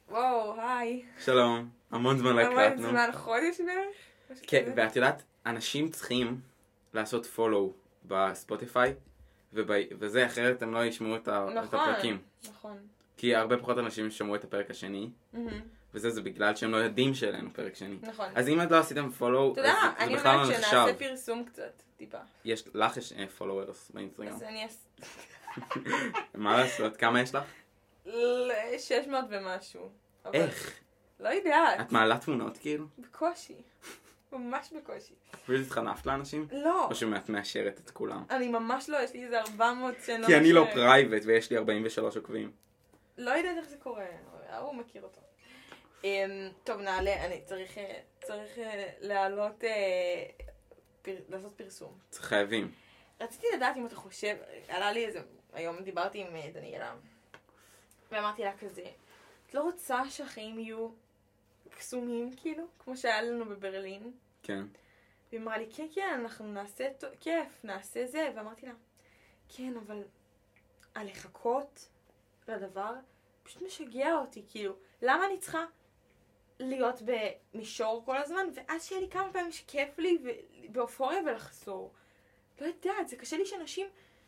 וואו, היי. שלום, המון זמן לא הקלטנו. המון זמן, חודש בערך? כן, ואת יודעת, אנשים צריכים לעשות פולו בספוטיפיי, וזה אחרת הם לא ישמעו את הפרקים. נכון. כי הרבה פחות אנשים שמעו את הפרק השני, וזה בגלל שהם לא יודעים שאלינו פרק שני. נכון. אז אם את לא עשיתם פולו, אתה יודע, זה בכלל לא אני נחשב. אומרת שנעשה פרסום קצת, טיפה. לך יש פולוורס באינסטגרם. אז אני אעשה... מה לעשות? כמה יש לך? 600 ומשהו. איך? לא יודעת. את מעלה תמונות כאילו? בקושי. ממש בקושי. וזה התחנפת לאנשים? לא. או שאת מאשרת את כולם? אני ממש לא, יש לי איזה 400 שאני לא כי אני לא מאשרת. פרייבט ויש לי 43 עוקבים. לא יודעת איך זה קורה, הוא מכיר אותו. טוב, נעלה, אני צריך להעלות, לעשות פרסום. חייבים. רציתי לדעת אם אתה חושב, עלה לי איזה, היום דיברתי עם דניאלה, ואמרתי לה כזה, את לא רוצה שהחיים יהיו קסומים כאילו, כמו שהיה לנו בברלין? כן. והיא אמרה לי, כן, כן, אנחנו נעשה כיף, נעשה זה, ואמרתי לה, כן, אבל הלחכות לדבר פשוט משגע אותי, כאילו, למה אני צריכה להיות במישור כל הזמן, ואז שיהיה לי כמה פעמים שכיף לי באופוריה ולחזור. לא יודעת, זה קשה לי שאנשים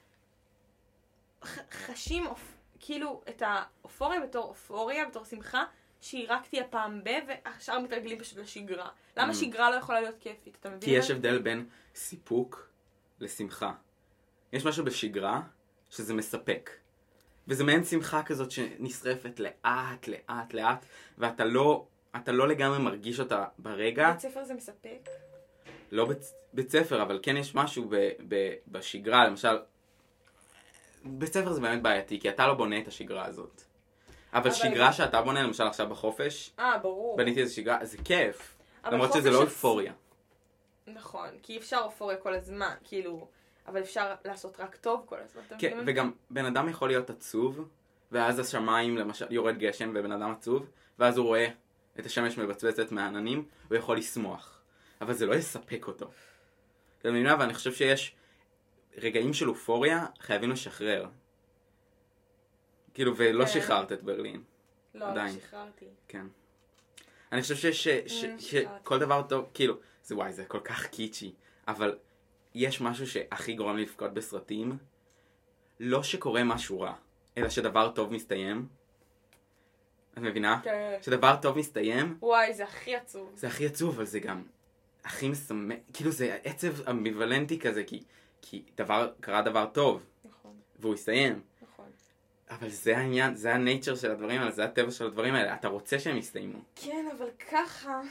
חשים כאילו את האופוריה בתור אופוריה, בתור שמחה, שהיא רק תהיה פעם והשאר מתרגלים פשוט לשגרה. למה שגרה לא יכולה להיות כיפית? אתה מבין? כי יש הבדל בין סיפוק לשמחה. יש משהו בשגרה שזה מספק. וזה מעין שמחה כזאת שנשרפת לאט, לאט, לאט, ואתה לא לגמרי מרגיש אותה ברגע. בית ספר זה מספק? לא בית ספר, אבל כן יש משהו בשגרה, למשל, בית ספר זה באמת בעייתי, כי אתה לא בונה את השגרה הזאת. אבל שגרה שאתה בונה, למשל עכשיו בחופש, ברור. בניתי איזו שגרה, זה כיף. למרות שזה לא אופוריה. נכון, כי אפשר אופוריה כל הזמן, כאילו, אבל אפשר לעשות רק טוב כל הזמן. כן, וגם בן אדם יכול להיות עצוב, ואז השמיים, למשל, יורד גשם ובן אדם עצוב, ואז הוא רואה את השמש מבצבצת מהעננים, הוא יכול לשמוח. אבל זה לא יספק אותו. אתה מבינה? ואני חושב שיש רגעים של אופוריה, חייבים לשחרר. כאילו, ולא שחררת את ברלין. לא, לא שחררתי. כן. אני חושב שכל דבר טוב, כאילו, זה כל כך קיצ'י, אבל יש משהו שהכי גורם לי לבכות בסרטים, לא שקורה משהו רע, אלא שדבר טוב מסתיים. את מבינה? כן. שדבר טוב מסתיים. וואי, זה הכי עצוב. זה הכי עצוב, אבל זה גם הכי מסמך, כאילו זה עצב אמביוולנטי כזה, כי קרה דבר טוב. נכון. והוא הסתיים. נכון. אבל זה העניין, זה הנייצ'ר של הדברים האלה, זה הטבע של הדברים האלה. אתה רוצה שהם יסתיימו. כן, אבל ככה...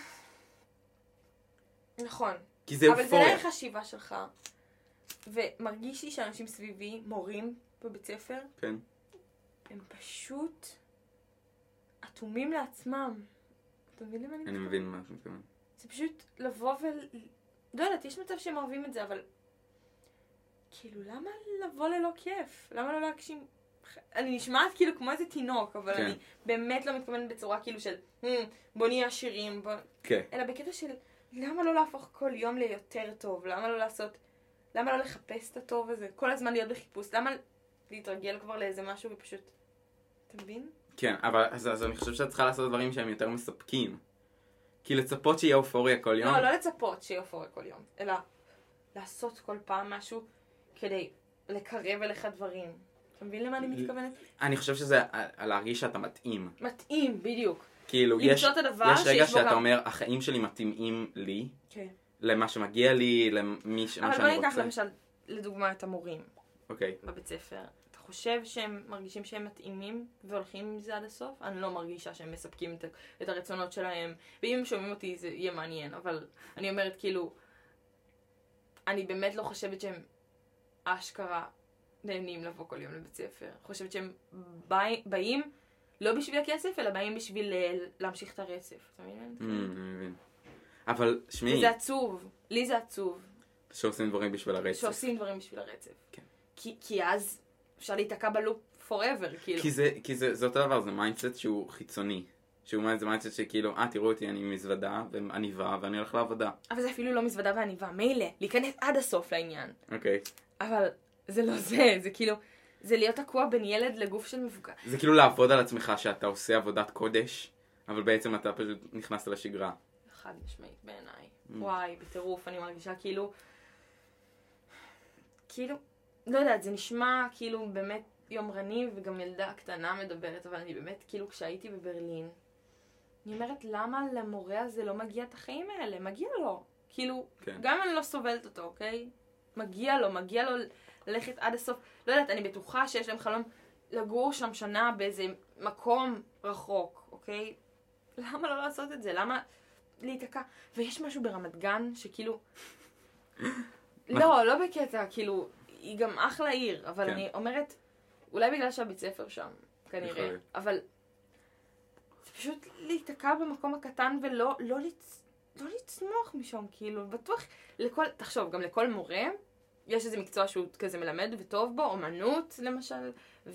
נכון. כי זה אופוריה. אבל זה דרך חשיבה שלך. ומרגיש לי שאנשים סביבי, מורים בבית ספר, כן. הם פשוט אטומים לעצמם. אתה מבין למה אני מתכוון? אני מבין מה אתה מתכוון. זה פשוט לבוא לא יודעת, יש מצב שהם אוהבים את זה, אבל... כאילו, למה לבוא ללא כיף? למה לא להגשים... אני נשמעת כאילו כמו איזה תינוק, אבל כן. אני באמת לא מתכוונת בצורה כאילו של בוא נהיה עשירים, כן. אלא בקטע של למה לא להפוך כל יום ליותר טוב? למה לא לעשות... למה לא לחפש את הטוב הזה? כל הזמן להיות בחיפוש? למה להתרגל כבר לאיזה משהו ופשוט... אתה מבין? כן, אבל אז אני חושב שאת צריכה לעשות דברים שהם יותר מספקים. כי לצפות שיהיה אופוריה כל יום. לא לצפות שיהיה אופוריה כל יום, אלא לעשות כל פעם משהו כדי לקרב אליך דברים. אתה מבין למה אני מתכוונת? אני חושב שזה על להרגיש שאתה מתאים. מתאים, בדיוק. כאילו, יש רגע שאתה אומר, החיים שלי מתאימים לי, כן. למה שמגיע לי, למה שאני רוצה. אבל בוא ניקח למשל, לדוגמה, את המורים. אוקיי. בבית ספר. אתה חושב שהם מרגישים שהם מתאימים והולכים עם זה עד הסוף? אני לא מרגישה שהם מספקים את הרצונות שלהם. ואם הם שומעים אותי זה יהיה מעניין, אבל אני אומרת כאילו, אני באמת לא חושבת שהם אשכרה נהנים לבוא כל יום לבית ספר. אני חושבת שהם באים לא בשביל הכסף, אלא באים בשביל להמשיך את הרצף. אתה מבין? אני מבין. אבל, שמי... וזה עצוב. לי זה עצוב. שעושים דברים בשביל הרצף. שעושים דברים בשביל הרצף. כן. כי אז אפשר להיתקע בלופ forever, כאילו. כי זה אותו דבר, זה מיינדסט שהוא חיצוני. זה מיינדסט שכאילו, תראו אותי, אני מזוודה ועניבה ואני הולך לעבודה. אבל זה אפילו לא מזוודה ועניבה, מילא, להיכנס עד הסוף לעניין. אוקיי. אבל זה לא זה כאילו, זה להיות תקוע בין ילד לגוף של מבוגר. זה כאילו לעבוד על עצמך שאתה עושה עבודת קודש, אבל בעצם אתה פשוט נכנסת לשגרה. חד משמעית בעיניי. וואי, בטירוף, אני מרגישה כאילו, לא יודעת, זה נשמע כאילו באמת יומרני וגם ילדה קטנה מדברת, אבל אני באמת, כאילו כשהייתי בברלין, אני אומרת, למה למורה הזה לא מגיע את החיים האלה? מגיע לו. כאילו, כן. גם אם אני לא סובלת אותו, אוקיי? מגיע לו ללכת עד הסוף. לא יודעת, אני בטוחה שיש להם חלום לגור שם שנה באיזה מקום רחוק, אוקיי? למה לא לעשות את זה? למה להיתקע? ויש משהו ברמת גן שכאילו... לא בקטע, כאילו, היא גם אחלה עיר, אבל כן. אני אומרת, אולי בגלל שהבית ספר שם, כנראה, אבל זה פשוט להיתקע במקום הקטן ולא לצמוח משם, כאילו, בטוח, תחשוב, גם לכל מורה, יש איזה מקצוע שהוא כזה מלמד וטוב בו, אומנות למשל,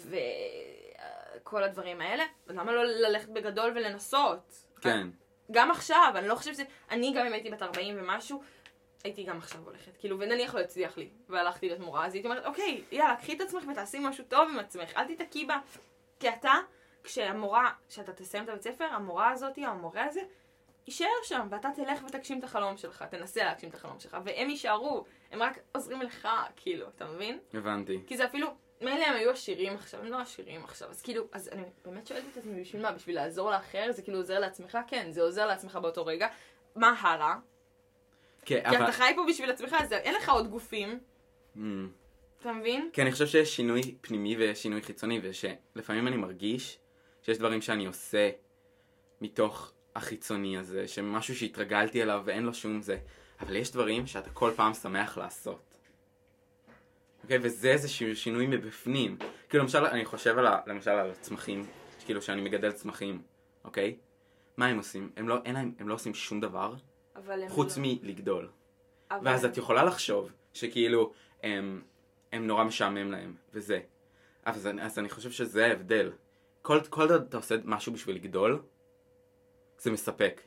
וכל הדברים האלה, למה לא ללכת בגדול ולנסות? כן. גם עכשיו, אני לא חושבת אני גם אם הייתי בת 40 ומשהו, הייתי גם עכשיו הולכת, כאילו, ונניח לא הצליח לי, והלכתי להיות מורה, אז הייתי אומרת, אוקיי, יאללה, קחי את עצמך ותעשי משהו טוב עם עצמך, אל תתעקי בה, כי כשאתה תסיים את הבית ספר, המורה הזאת, או המורה הזה, יישאר שם, ואתה תלך ותגשים את החלום שלך, תנסה להגשים את החלום שלך, והם יישארו, הם רק עוזרים לך, כאילו, אתה מבין? הבנתי. כי זה אפילו, מילא הם היו עשירים עכשיו, הם לא עשירים עכשיו, אז כאילו, אז אני באמת שואלת את עצמי, בשביל מה? בשביל לעזור לאחר? זה כאילו עוזר לעצמך? כן, זה עוזר לעצמך באותו רגע. מה הלאה? כן, כי אתה חי פה בשביל עצמך, אז אין לך עוד גופים. אתה מבין? כן, אני חושב שיש שינוי פנימי ויש שינוי חיצוני, ושלפעמים אני מרגיש שיש דברים שאני עושה מתוך החיצוני הזה, שמשהו שהתרגלתי אליו ואין לו שום זה, אבל יש דברים שאתה כל פעם שמח לעשות. אוקיי, וזה איזשהו שינוי מבפנים. כאילו, למשל, אני חושב למשל על צמחים, כאילו שאני מגדל צמחים, אוקיי? מה הם עושים? הם לא עושים שום דבר, חוץ מלגדול. ואז את יכולה לחשוב שכאילו הם נורא משעמם להם, וזה. אז אני חושב שזה ההבדל. כל אתה עושה משהו בשביל לגדול, זה מספק.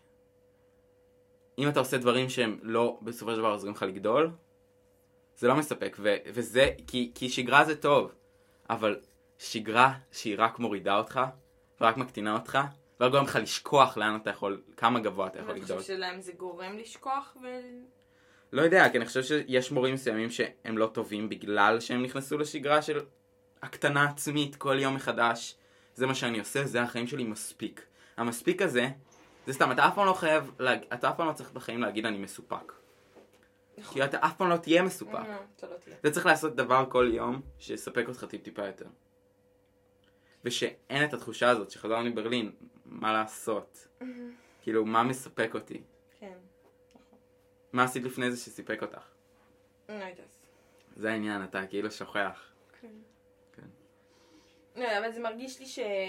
אם אתה עושה דברים שהם לא בסופו של דבר עוזרים לך לגדול, זה לא מספק. וזה, כי שגרה זה טוב, אבל שגרה שהיא רק מורידה אותך, ורק מקטינה אותך, ורק גורם לך לשכוח לאן אתה יכול, כמה גבוה אתה יכול לגדול. ואתה חושב שלהם זה גורם לשכוח לא יודע, כי אני חושב שיש מורים מסוימים שהם לא טובים בגלל שהם נכנסו לשגרה של הקטנה עצמית כל יום מחדש. זה מה שאני עושה, זה החיים שלי מספיק. המספיק הזה, זה סתם, אתה אף פעם לא צריך בחיים להגיד אני מסופק. כי אתה אף פעם לא תהיה מסופק. אתה צריך לעשות דבר כל יום שיספק אותך טיפה יותר. ושאין את התחושה הזאת שחזרנו מברלין, מה לעשות? כאילו, מה מספק אותי? כן. מה עשית לפני זה שסיפק אותך? לא יודעת. זה העניין, אתה כאילו שוכח. כן. כן. לא, אבל זה מרגיש לי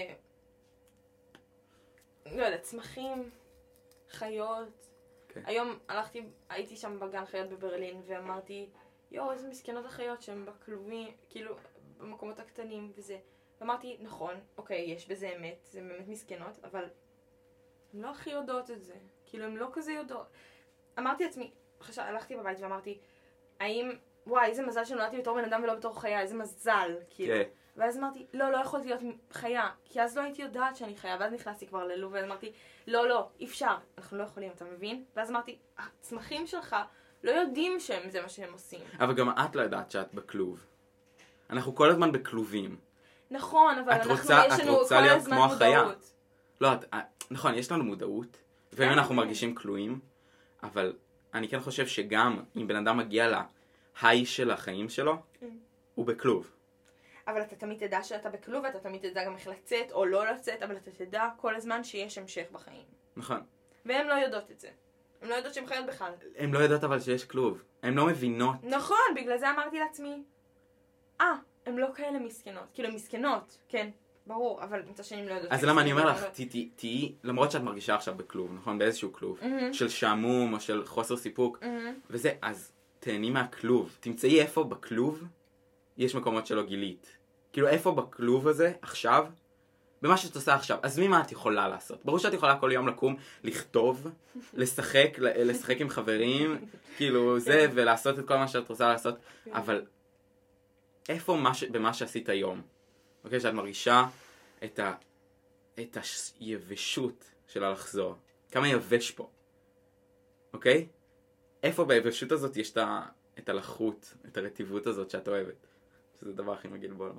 לא יודע, צמחים, חיות. כן. היום הייתי שם בגן חיות בברלין, ואמרתי, איזה מסכנות החיות שהן בכלובים, כאילו, במקומות הקטנים וזה. ואמרתי, נכון, אוקיי, יש בזה אמת, זה באמת מסכנות, אבל הן לא הכי יודעות את זה. כאילו, הן לא כזה יודעות. אמרתי לעצמי, הלכתי בבית ואמרתי, איזה מזל שנולדתי בתור בן אדם ולא בתור חיה, איזה מזל, כאילו. כן. ואז אמרתי, לא יכולתי להיות חיה, כי אז לא הייתי יודעת שאני חיה, ואז נכנסתי כבר ללוב, ואז אמרתי, לא, אי אפשר, אנחנו לא יכולים, אתה מבין? ואז אמרתי, הצמחים שלך לא יודעים זה מה שהם עושים. אבל גם את לא יודעת שאת בכלוב. אנחנו כל הזמן בכלובים. נכון, אבל יש לנו כל הזמן מודעות. לא, נכון, יש לנו מודעות, לפעמים אנחנו מרגישים כלואים, אבל אני כן חושב שגם אם בן אדם מגיע להיי של החיים שלו, הוא בכלוב. אבל אתה תמיד תדע שאתה בכלוב, ואתה תמיד תדע גם איך לצאת או לא לצאת, אבל אתה תדע כל הזמן שיש המשך בחיים. נכון. והן לא יודעות את זה. הן לא יודעות שהן חיות בכלל. הן לא יודעות אבל שיש כלוב. הן לא מבינות. נכון, בגלל זה אמרתי לעצמי, הן לא כאלה מסכנות. כאילו, מסכנות, כן, ברור, אבל מצד שני לא יודעות. אז למה אני אומר לך, תהיי, למרות שאת מרגישה עכשיו בכלוב, נכון? באיזשהו כלוב, של שעמום או של חוסר סיפוק, וזה, אז תהני מהכלוב. תמצאי איפה בכלוב יש מקומות שלא גילית. כאילו איפה בכלוב הזה, עכשיו, במה שאת עושה עכשיו, אז מה את יכולה לעשות? ברור שאת יכולה כל יום לקום, לכתוב, לשחק עם חברים, כאילו זה, ולעשות את כל מה שאת רוצה לעשות, אבל איפה במה שעשית היום, אוקיי, שאת מרגישה את היבשות שלה לחזור. כמה יבש פה. אוקיי? איפה ביבשות הזאת יש את הלחות, את הרטיבות הזאת שאת אוהבת? שזה הדבר הכי מגעיל בו.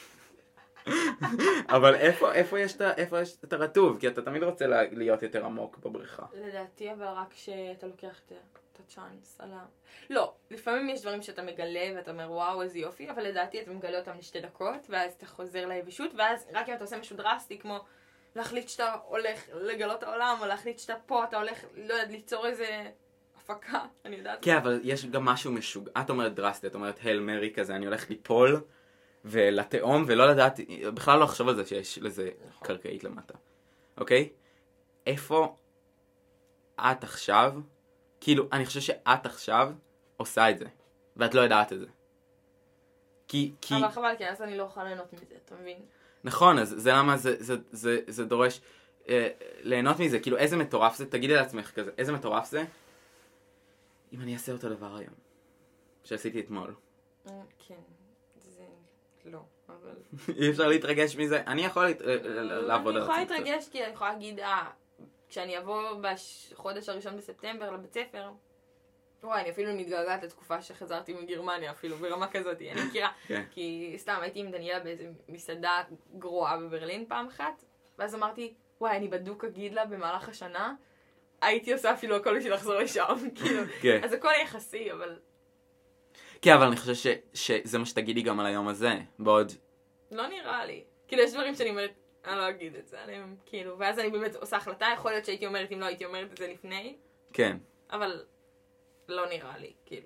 אבל איפה יש את הרטוב? כי אתה תמיד רוצה להיות יותר עמוק בבריכה. לדעתי, אבל רק שאתה לוקח את הצ'אנס על ה... לא, לפעמים יש דברים שאתה מגלה ואתה אומר וואו איזה יופי, אבל לדעתי אתה מגלה אותם לשתי דקות, ואז אתה חוזר ליבשות, ואז רק אם אתה עושה משהו דרסטי, כמו להחליט שאתה הולך לגלות העולם, או להחליט שאתה פה, אתה הולך, לא יודע, ליצור איזה הפקה, אני יודעת. כן, אבל יש גם משהו משוגע. את אומרת דרסטי, את אומרת הל מרי כזה, אני הולך ליפול ולתאום, ולא לדעת, בכלל לא לחשוב על זה שיש לזה קרקעית למטה. אוקיי? איפה את עכשיו, כאילו, אני חושב שאת עכשיו עושה את זה, ואת לא יודעת את זה. כי... אבל חבל, כי אז אני לא אוכל ליהנות מזה, אתה מבין? נכון, אז זה למה זה דורש ליהנות מזה. כאילו, איזה מטורף זה, תגידי לעצמך כזה, איזה מטורף זה, אם אני אעשה אותו דבר היום, שעשיתי אתמול. כן, זה לא, אבל... אי אפשר להתרגש מזה, אני יכול לעבוד על עצמי. אני יכולה להתרגש כי אני יכולה להגיד, כשאני אבוא בחודש הראשון בספטמבר לבית ספר, וואי, אני אפילו מתגעגעת לתקופה שחזרתי מגרמניה אפילו, ברמה כזאת, אני מכירה. כי סתם הייתי עם דניאלה באיזה מסעדה גרועה בברלין פעם אחת, ואז אמרתי, וואי, אני בדוק אגיד לה במהלך השנה, הייתי עושה אפילו הכל בשביל לחזור לשם, כאילו. אז הכל יחסי, אבל... כן, אבל אני חושב שזה מה שתגידי גם על היום הזה, בעוד... לא נראה לי. כאילו, יש דברים שאני אומרת, אני לא אגיד את זה עליהם, כאילו, ואז אני באמת עושה החלטה, יכול להיות שהייתי אומרת, אם לא הייתי אומרת את זה לפני. כן. אבל לא נראה לי, כאילו.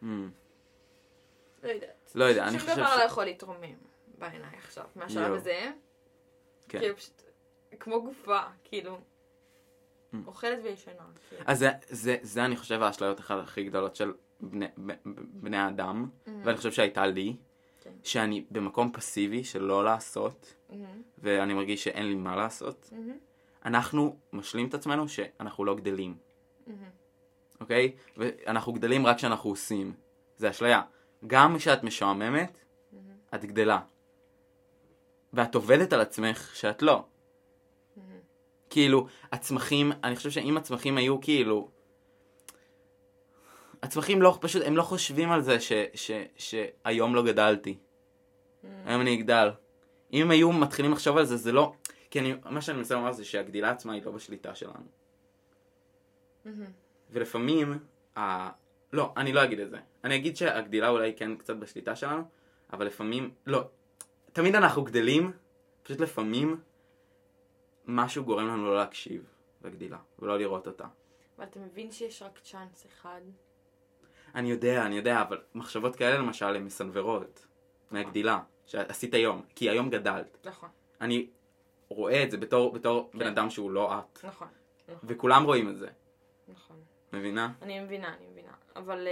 לא יודעת. לא יודע, אני חושב שום דבר לא יכול להתרומם בעיניי עכשיו, מהשלב הזה. כן. כאילו, פשוט, כמו גופה, כאילו, אוכלת וישנה. אז זה אני חושב האשליות אחת הכי גדולות של בני האדם, ואני חושב שהייתה לי, שאני במקום פסיבי של לא לעשות, ואני מרגיש שאין לי מה לעשות, אנחנו משלים את עצמנו שאנחנו לא גדלים. אוקיי? ואנחנו גדלים רק כשאנחנו עושים. זה אשליה. גם כשאת משועממת, את גדלה. ואת עובדת על עצמך שאת לא. כאילו, הצמחים, אני חושב שאם הצמחים היו כאילו... הצמחים לא, פשוט, הם לא חושבים על זה שהיום לא גדלתי. היום אני אגדל. אם הם היו מתחילים לחשוב על זה, זה לא... כי מה שאני מנסה לומר זה שהגדילה עצמה היא לא בשליטה שלנו. ולפעמים, לא, אני לא אגיד את זה. אני אגיד שהגדילה אולי כן קצת בשליטה שלנו, אבל לפעמים, לא. תמיד אנחנו גדלים, פשוט לפעמים משהו גורם לנו לא להקשיב לגדילה, ולא לראות אותה. אבל אתה מבין שיש רק צ'אנס אחד? אני יודע, אבל מחשבות כאלה למשל הן מסנוורות מהגדילה, שעשית היום, כי היום גדלת. נכון. אני רואה את זה בתור בן אדם שהוא לא את. נכון. וכולם רואים את זה. נכון. מבינה? אני מבינה. אבל...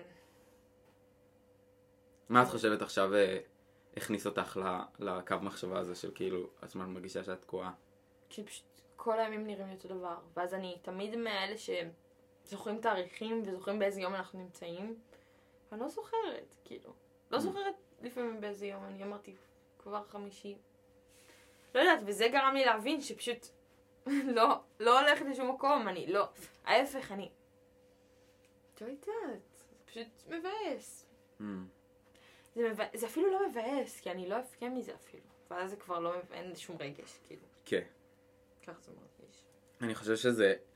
מה את חושבת עכשיו הכניס אותך לקו מחשבה הזה של כאילו, את מרגישה שאת תקועה? כי פשוט כל הימים נראים לי אותו דבר. ואז אני תמיד מאלה שזוכרים תאריכים וזוכרים באיזה יום אנחנו נמצאים. ואני לא זוכרת, כאילו. לא זוכרת לפעמים באיזה יום. אני אמרתי, כבר חמישי. לא יודעת, וזה גרם לי להבין שפשוט לא הולכת לשום מקום. אני לא... ההפך, אני... לא יודעת. זה פשוט מבאס. זה אפילו לא מבאס, כי אני לא אפקה מזה אפילו. ואז זה כבר לא... אין שום רגש, כאילו. כן. כך זה מרגיש. אני חושב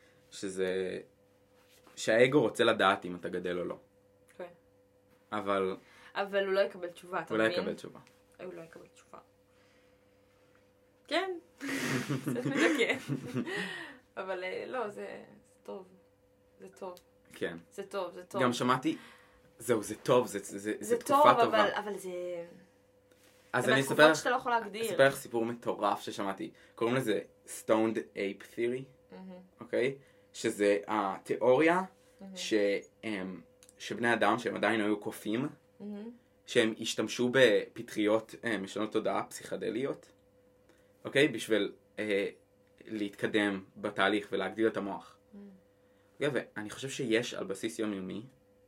שהאגו רוצה לדעת אם אתה גדל או לא. כן. אבל הוא לא יקבל תשובה, אתה מבין? הוא לא יקבל תשובה. כן. זה מדכא. אבל לא, זה טוב. זה טוב. כן. זה טוב. גם שמעתי, זה טוב, זה תקופה טובה. טוב, אבל זה... אז אני אספר שאתה לא יכול להגדיר. אספר לך סיפור מטורף ששמעתי. קוראים לזה Stoned Ape Theory, אוקיי? שזה התיאוריה שבני אדם שהם עדיין היו קופים, שהם השתמשו בפטריות משנות תודעה פסיכדליות, אוקיי? בשביל להתקדם בתהליך ולהגדיל את המוח. ואני חושב שיש על בסיס יומיומי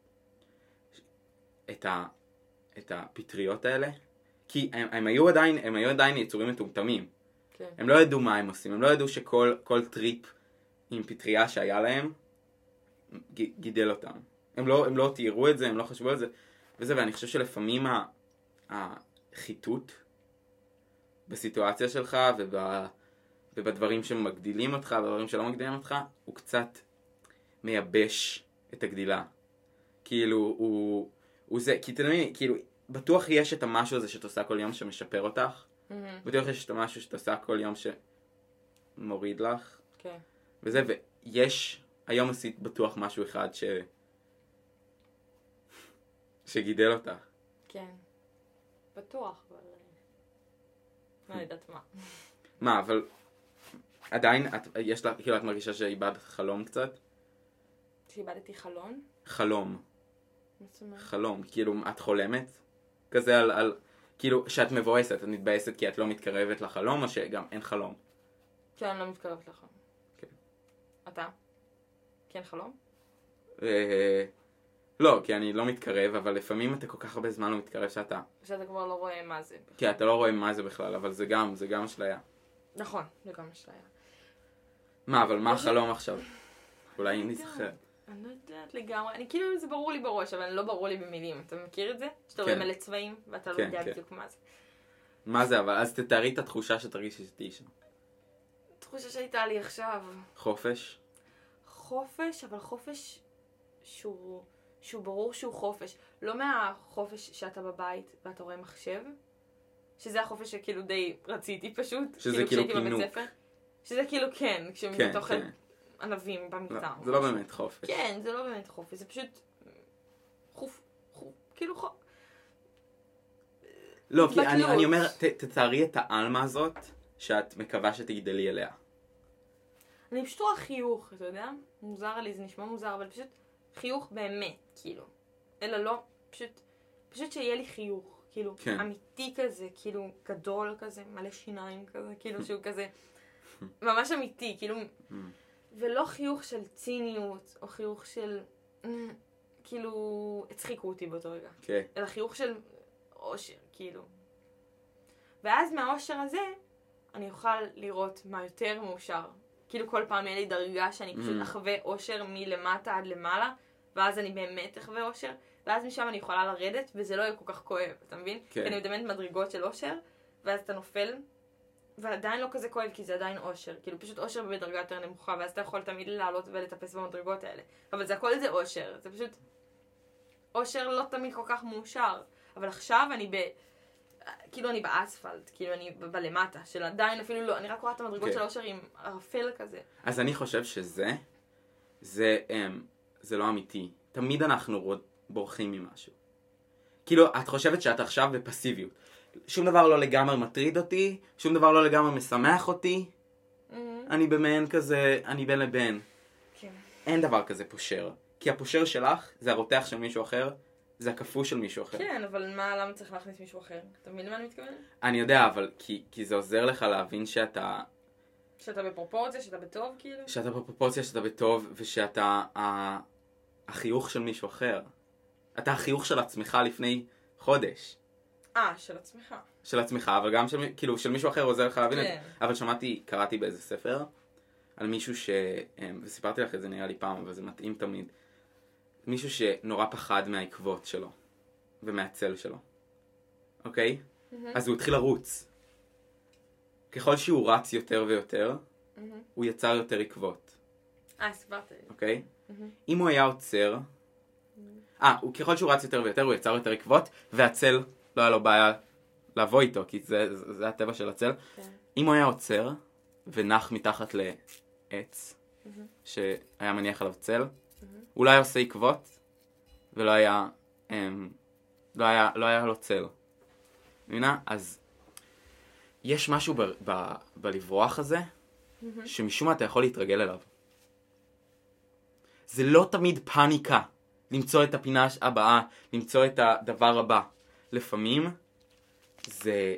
את הפטריות האלה, כי הם היו עדיין יצורים מטומטמים. כן. הם לא ידעו מה הם עושים, הם לא ידעו שכל טריפ עם פטריה שהיה להם, גידל אותם. הם לא תיארו את זה, הם לא חשבו על זה, וזה, ואני חושב שלפעמים החיטוט בסיטואציה שלך ובדברים שמגדילים אותך, ובדברים שלא מגדילים אותך, הוא קצת מייבש את הגדילה. כאילו, הוא זה, כי תדמי, כאילו, בטוח יש את המשהו הזה שאת עושה כל יום שמשפר אותך, בטוח יש את המשהו שאת עושה כל יום שמוריד לך, כן. וזה, ויש, היום עשית בטוח משהו אחד שגידל אותך. כן. בטוח, אבל... לא יודעת מה. מה, אבל עדיין, יש לך, כאילו, את מרגישה שאיבדת חלום קצת? שאיבדתי חלון? חלום. מה זאת אומרת? חלום, כאילו, את חולמת? כזה על כאילו, שאת מבואסת, את מתבאסת כי את לא מתקרבת לחלום, או שגם אין חלום? כן, אני לא מתקרבת לחלום. כן. אתה? כן חלום? לא, כי אני לא מתקרב, אבל לפעמים אתה כל כך הרבה זמן לא מתקרב שאתה כבר לא רואה מה זה. כי אתה לא רואה מה זה בכלל, אבל זה גם אשליה. נכון, זה גם אשליה. מה, אבל מה החלום עכשיו? אולי אם נזכר. אני לא יודעת לגמרי, אני כאילו זה ברור לי בראש, אבל לא ברור לי במילים. אתה מכיר את זה? שאתה רואה מלא צבעים, ואתה לא יודע בדיוק מה זה. מה זה אבל? אז תתארי את התחושה שתרגישי שתהיי שם. תחושה שהייתה לי עכשיו. חופש? חופש, אבל חופש שהוא ברור שהוא חופש. לא מהחופש שאתה בבית ואתה רואה מחשב, שזה החופש שכאילו די רציתי פשוט. שזה כאילו פינוק. שזה כאילו כן, כשאתה אוכל ענבים במיטה. זה לא באמת חופש. כן, זה לא באמת חופש, זה פשוט כאילו לא, כי אני אומר, תתארי את העלמה הזאת שאת מקווה שתגדלי אליה. אני פשוט רואה חיוך, אתה יודע? מוזר לי, זה נשמע מוזר, אבל פשוט חיוך באמת, כאילו. אלא לא, פשוט שיהיה לי חיוך, כאילו, אמיתי כזה, כאילו, גדול כזה, מלא שיניים כזה, כאילו שהוא כזה, ממש אמיתי, כאילו, ולא חיוך של ציניות, או חיוך של, כאילו, הצחיקו אותי באותו רגע. אלא חיוך של אושר, כאילו. ואז מהאושר הזה, אני אוכל לראות מה יותר מאושר. כאילו כל פעם יהיה לי דרגה שאני פשוט אחווה אושר מלמטה עד למעלה, ואז אני באמת אחווה אושר, ואז משם אני יכולה לרדת, וזה לא יהיה כל כך כואב, אתה מבין? כי אני מדמיינת מדרגות של אושר, ואז אתה נופל, ועדיין לא כזה כואב, כי זה עדיין אושר. כאילו פשוט אושר בדרגה יותר נמוכה, ואז אתה יכול תמיד לעלות ולטפס במדרגות האלה. אבל זה הכל זה אושר, זה פשוט... אושר לא תמיד כל כך מאושר. אבל עכשיו כאילו אני באספלט, כאילו אני בלמטה, של עדיין אפילו לא, אני רק רואה את המדרגות של האושר עם ערפל כזה. אז אני חושב זה לא אמיתי. תמיד אנחנו בורחים ממשהו. כאילו, את חושבת שאת עכשיו בפסיביות. שום דבר לא לגמרי מטריד אותי, שום דבר לא לגמרי משמח אותי. אני במעין כזה, אני בין לבין. כן. אין דבר כזה פושר. כי הפושר שלך זה הרותח של מישהו אחר, זה הכפו של מישהו אחר. כן, אבל למה צריך להכניס מישהו אחר? אתה מבין למה אני מתכוונת? אני יודע, אבל כי זה עוזר לך להבין שאתה... שאתה בפרופורציה, שאתה בטוב, כאילו? שאתה בפרופורציה, שאתה בטוב, ושאתה החיוך של מישהו אחר. אתה החיוך של עצמך לפני חודש. של עצמך. של עצמך, אבל גם כאילו, של מישהו אחר עוזר לך להבין את זה. אבל קראתי באיזה ספר, על מישהו וסיפרתי לך את זה נראה לי פעם, אבל זה מתאים תמיד. מישהו שנורא פחד מהעקבות שלו, ומהצל שלו. אוקיי? אז הוא התחיל לרוץ. ככל שהוא רץ יותר ויותר, הוא יצר יותר עקבות. סיפרת לי. אוקיי? אם הוא היה עוצר, ככל שהוא רץ יותר ויותר, הוא יצר יותר עקבות, והצל לא היה לו בעיה לבוא איתו, כי זה הטבע של הצל. אם הוא היה עוצר, ונח מתחת לעץ, שהיה מניח עליו צל, הוא לא היה עושה עקבות, ולא היה, לא היה לו צל. מבינה? אז יש משהו בלברוח הזה, שמשום מה אתה יכול להתרגל אליו. זה לא תמיד פאניקה, למצוא את הפינה הבאה, למצוא את הדבר הבא. לפעמים, זה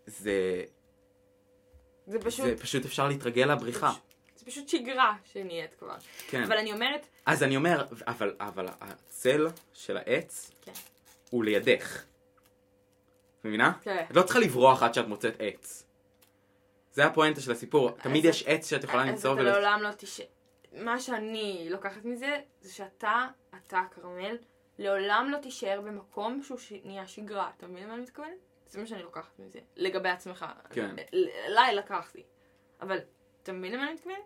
פשוט אפשר להתרגל לבריחה. זה פשוט שגרה שנהיית כבר. כן. אבל אני אומרת... אז אני אומר, אבל הצל של העץ הוא לידך. מבינה? כן. את לא צריכה לברוח עד שאת מוצאת עץ. זה הפואנטה של הסיפור. תמיד יש עץ שאת יכולה למצוא. אז אתה לעולם לא מה שאני לוקחת מזה, זה שאתה, כרמל, לעולם לא תישאר במקום שהוא נהיה שגרה. אתה מבין מה אני מתכוונת? זה מה שאני לוקחת מזה. לגבי עצמך. כן. אליי לקחתי. אבל, אתה מבין למה אני מתכוונת?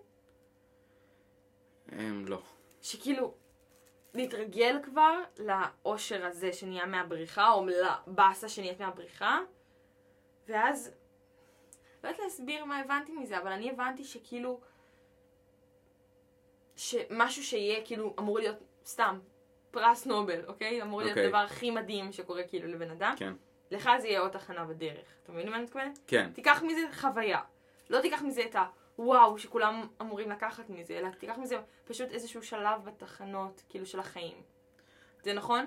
לא. שכאילו, להתרגל כבר לאושר הזה שנהיה מהבריחה, או לבאסה שנהיית מהבריחה, ואז, לא יודעת להסביר מה הבנתי מזה, אבל אני הבנתי שכאילו, שמשהו שיהיה כאילו אמור להיות סתם פרס נובל, אוקיי? אמור להיות הדבר הכי מדהים שקורה כאילו לבן אדם. כן. לך זה יהיה עוד תחנה בדרך. אתה מבין מה אני מתכוונת? כן. תיקח מזה חוויה. לא תיקח מזה את הוואו שכולם אמורים לקחת מזה, אלא תיקח מזה פשוט איזשהו שלב בתחנות כאילו של החיים. זה נכון?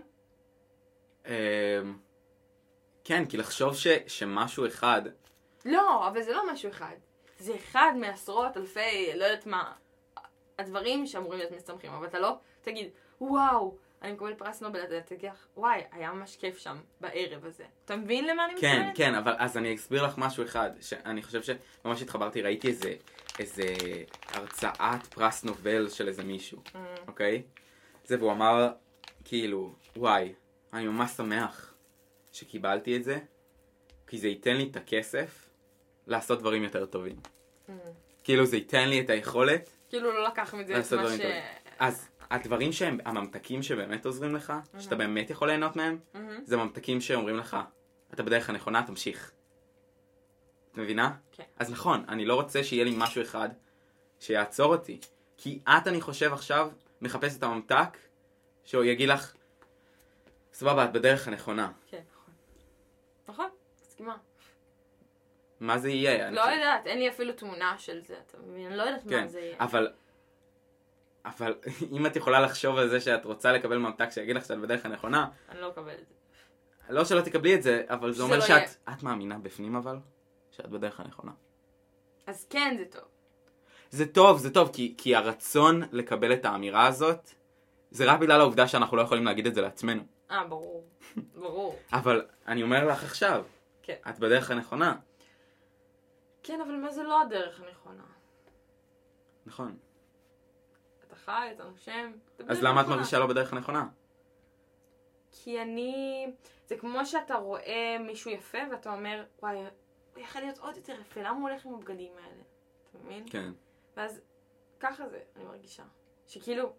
כן, כי לחשוב שמשהו אחד... לא, אבל זה לא משהו אחד. זה אחד מעשרות אלפי, לא יודעת מה, הדברים שאמורים להיות מסתמכים, אבל אתה לא תגיד, וואו, אני מקבל פרס נובל, אתה תגיד, וואי, היה ממש כיף שם בערב הזה. אתה מבין למה אני מתכוונת? כן, כן, אבל אז אני אסביר לך משהו אחד, שאני חושב שממש התחברתי, ראיתי איזה הרצאת פרס נובל של איזה מישהו, אוקיי? זה, והוא אמר, כאילו, וואי, אני ממש שמח שקיבלתי את זה, כי זה ייתן לי את הכסף לעשות דברים יותר טובים. כאילו, זה ייתן לי את היכולת כאילו לא לקח מזה את מה ש... אז הדברים שהם, הממתקים שבאמת עוזרים לך, שאתה באמת יכול ליהנות מהם, זה ממתקים שאומרים לך, אתה בדרך הנכונה, תמשיך. את מבינה? כן. אז נכון, אני לא רוצה שיהיה לי משהו אחד שיעצור אותי. כי את, אני חושב עכשיו, מחפשת את הממתק, שהוא יגיד לך, סבבה, את בדרך הנכונה. כן, נכון. נכון, מסכימה. מה זה יהיה? לא יודעת, אין לי אפילו תמונה של זה, אתה מבין? אני לא יודעת מה זה יהיה. אבל אם את יכולה לחשוב על זה שאת רוצה לקבל ממתק שיגיד לך שאת בדרך הנכונה... אני לא אקבל את זה. לא שלא תקבלי את זה, אבל זה אומר שאת מאמינה בפנים אבל, שאת בדרך הנכונה. אז כן, זה טוב. זה טוב, כי הרצון לקבל את האמירה הזאת, זה רק בגלל העובדה שאנחנו לא יכולים להגיד את זה לעצמנו. ברור, ברור. אבל אני אומר לך עכשיו, כן. את בדרך הנכונה. כן, אבל מה זה לא הדרך הנכונה? נכון. אתה חי, אתה נושם. אז למה את מרגישה לא בדרך הנכונה? כי זה כמו שאתה רואה מישהו יפה ואתה אומר, וואי, הוא יכול להיות עוד יותר יפה, למה הוא הולך עם הבגדים האלה? אתה מבין? כן. ואז ככה זה, אני מרגישה. שכאילו,